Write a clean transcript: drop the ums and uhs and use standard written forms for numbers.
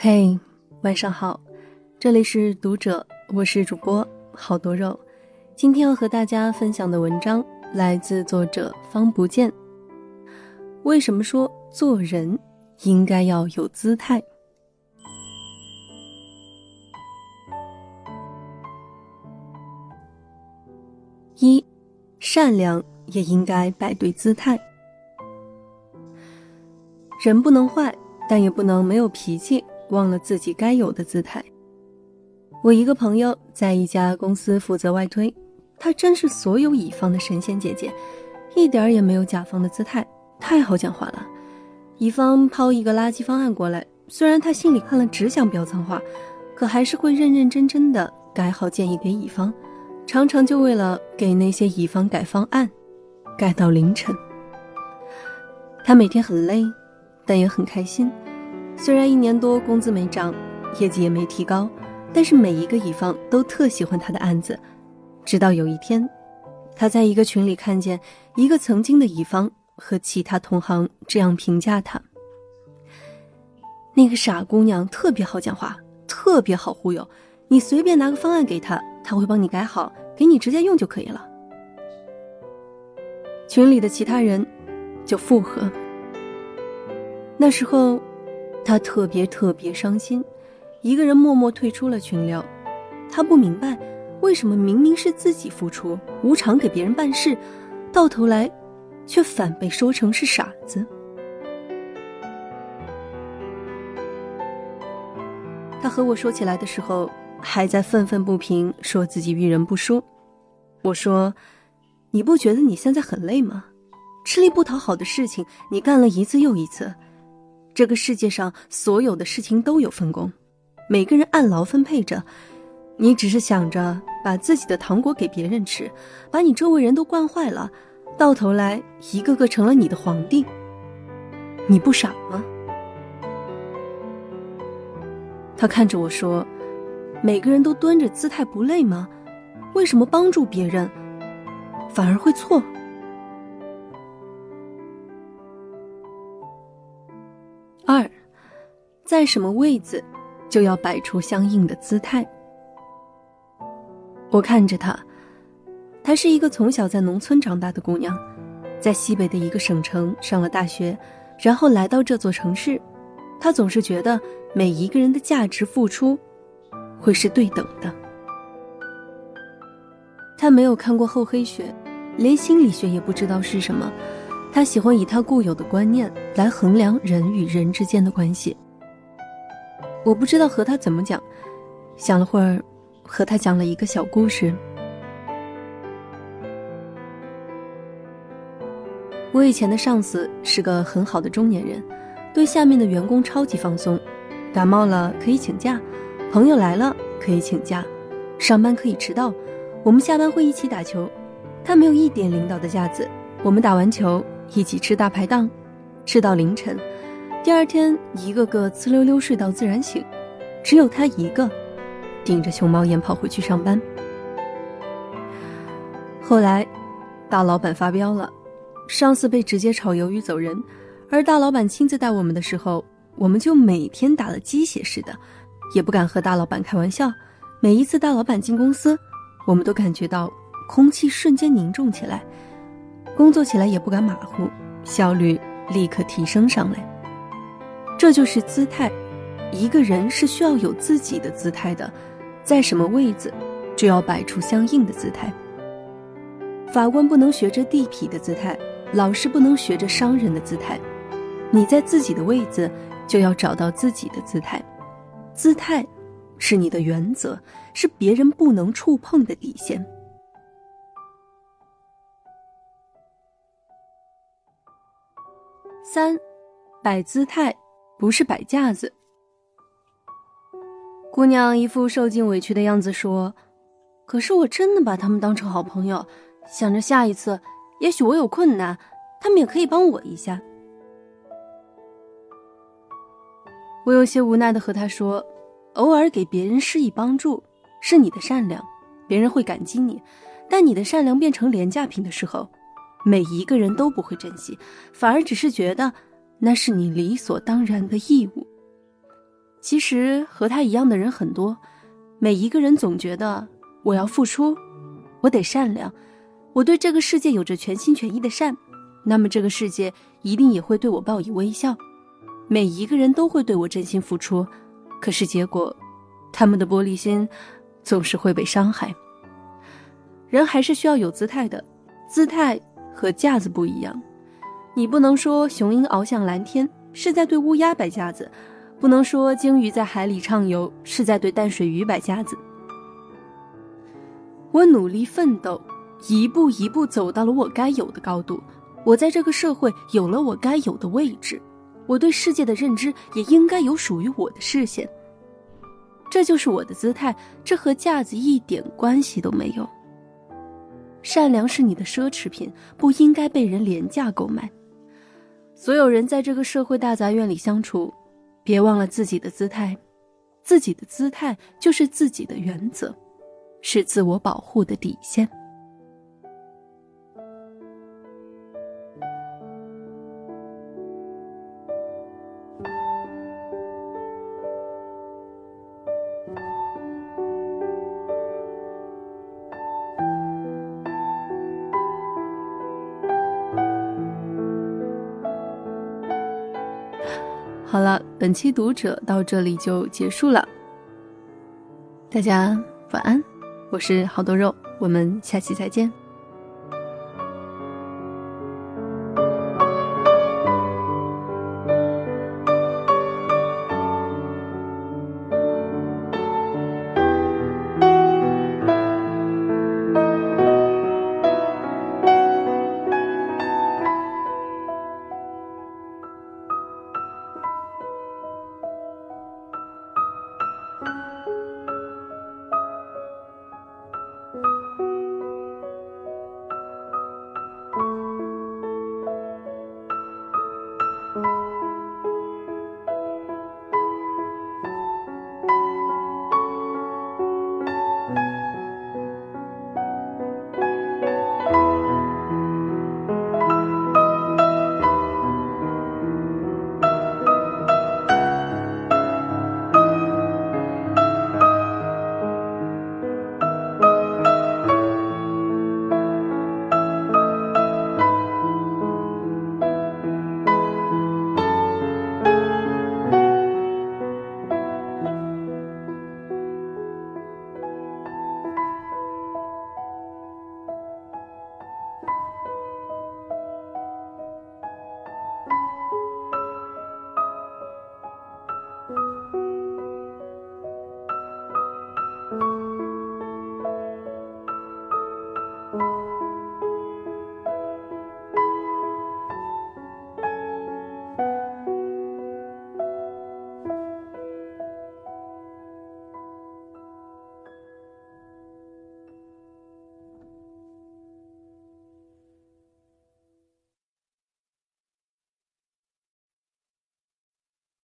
嘿，晚上好，这里是读者，我是主播好多肉。今天要和大家分享的文章来自作者方不见。为什么说做人应该要有姿态？一，善良也应该摆对姿态。人不能坏，但也不能没有脾气，忘了自己该有的姿态。我一个朋友在一家公司负责外推，她真是所有乙方的神仙姐姐，一点也没有甲方的姿态，太好讲话了。乙方抛一个垃圾方案过来，虽然她心里看了只想飙脏话，可还是会认认真真的改好建议给乙方，常常就为了给那些乙方改方案，改到凌晨。她每天很累，但也很开心。虽然1年多工资没涨，业绩也没提高，但是每一个乙方都特喜欢他的案子。直到有一天，他在一个群里看见一个曾经的乙方和其他同行这样评价他：那个傻姑娘特别好讲话，特别好忽悠，你随便拿个方案给她，她会帮你改好，给你直接用就可以了。群里的其他人就附和。那时候他特别伤心，一个人默默退出了群聊。他不明白，为什么明明是自己付出，无偿给别人办事，到头来却反被说成是傻子。他和我说起来的时候，还在愤愤不平，说自己遇人不淑。我说，你不觉得你现在很累吗？吃力不讨好的事情你干了一次又一次。这个世界上所有的事情都有分工，每个人按劳分配着，你只是想着把自己的糖果给别人吃，把你周围人都惯坏了，到头来一个个成了你的皇帝。你不傻吗？他看着我说，每个人都端着姿态不累吗？为什么帮助别人反而会错？2，在什么位子就要摆出相应的姿态。我看着她是一个从小在农村长大的姑娘，在西北的一个省城上了大学，然后来到这座城市。她总是觉得每一个人的价值付出会是对等的。她没有看过厚黑学，连心理学也不知道是什么，他喜欢以他固有的观念来衡量人与人之间的关系。我不知道和他怎么讲，想了会儿，和他讲了一个小故事。我以前的上司是个很好的中年人，对下面的员工超级放松，感冒了可以请假，朋友来了可以请假，上班可以迟到，我们下班会一起打球，他没有一点领导的架子，我们打完球一起吃大排档，吃到凌晨，第二天一个个呲溜溜睡到自然醒，只有他一个顶着熊猫眼跑回去上班。后来大老板发飙了，上司被直接炒鱿鱼走人，而大老板亲自带我们的时候，我们就每天打了鸡血似的，也不敢和大老板开玩笑。每一次大老板进公司，我们都感觉到空气瞬间凝重起来，工作起来也不敢马虎，效率立刻提升上来。这就是姿态，一个人是需要有自己的姿态的，在什么位子就要摆出相应的姿态。法官不能学着地痞的姿态，老师不能学着商人的姿态，你在自己的位子就要找到自己的姿态。姿态是你的原则，是别人不能触碰的底线。3，摆姿态不是摆架子。姑娘一副受尽委屈的样子说，可是我真的把他们当成好朋友，想着下一次也许我有困难，他们也可以帮我一下。我有些无奈地和她说，偶尔给别人施以帮助是你的善良，别人会感激你，但你的善良变成廉价品的时候，每一个人都不会珍惜，反而只是觉得那是你理所当然的义务。 其实和他一样的人很多，每一个人总觉得我要付出，我得善良，我对这个世界有着全心全意的善，那么这个世界一定也会对我报以微笑。每一个人都会对我真心付出，可是结果，他们的玻璃心总是会被伤害。人还是需要有姿态的，姿态和架子不一样。你不能说雄鹰翱翔蓝天是在对乌鸦摆架子，不能说鲸鱼在海里畅游是在对淡水鱼摆架子。我努力奋斗，一步一步走到了我该有的高度，我在这个社会有了我该有的位置，我对世界的认知也应该有属于我的视线。这就是我的姿态，这和架子一点关系都没有。善良是你的奢侈品，不应该被人廉价购买。所有人在这个社会大杂院里相处，别忘了自己的姿态，自己的姿态就是自己的原则，是自我保护的底线。好了，本期读者到这里就结束了，大家晚安，我是好多肉，我们下期再见。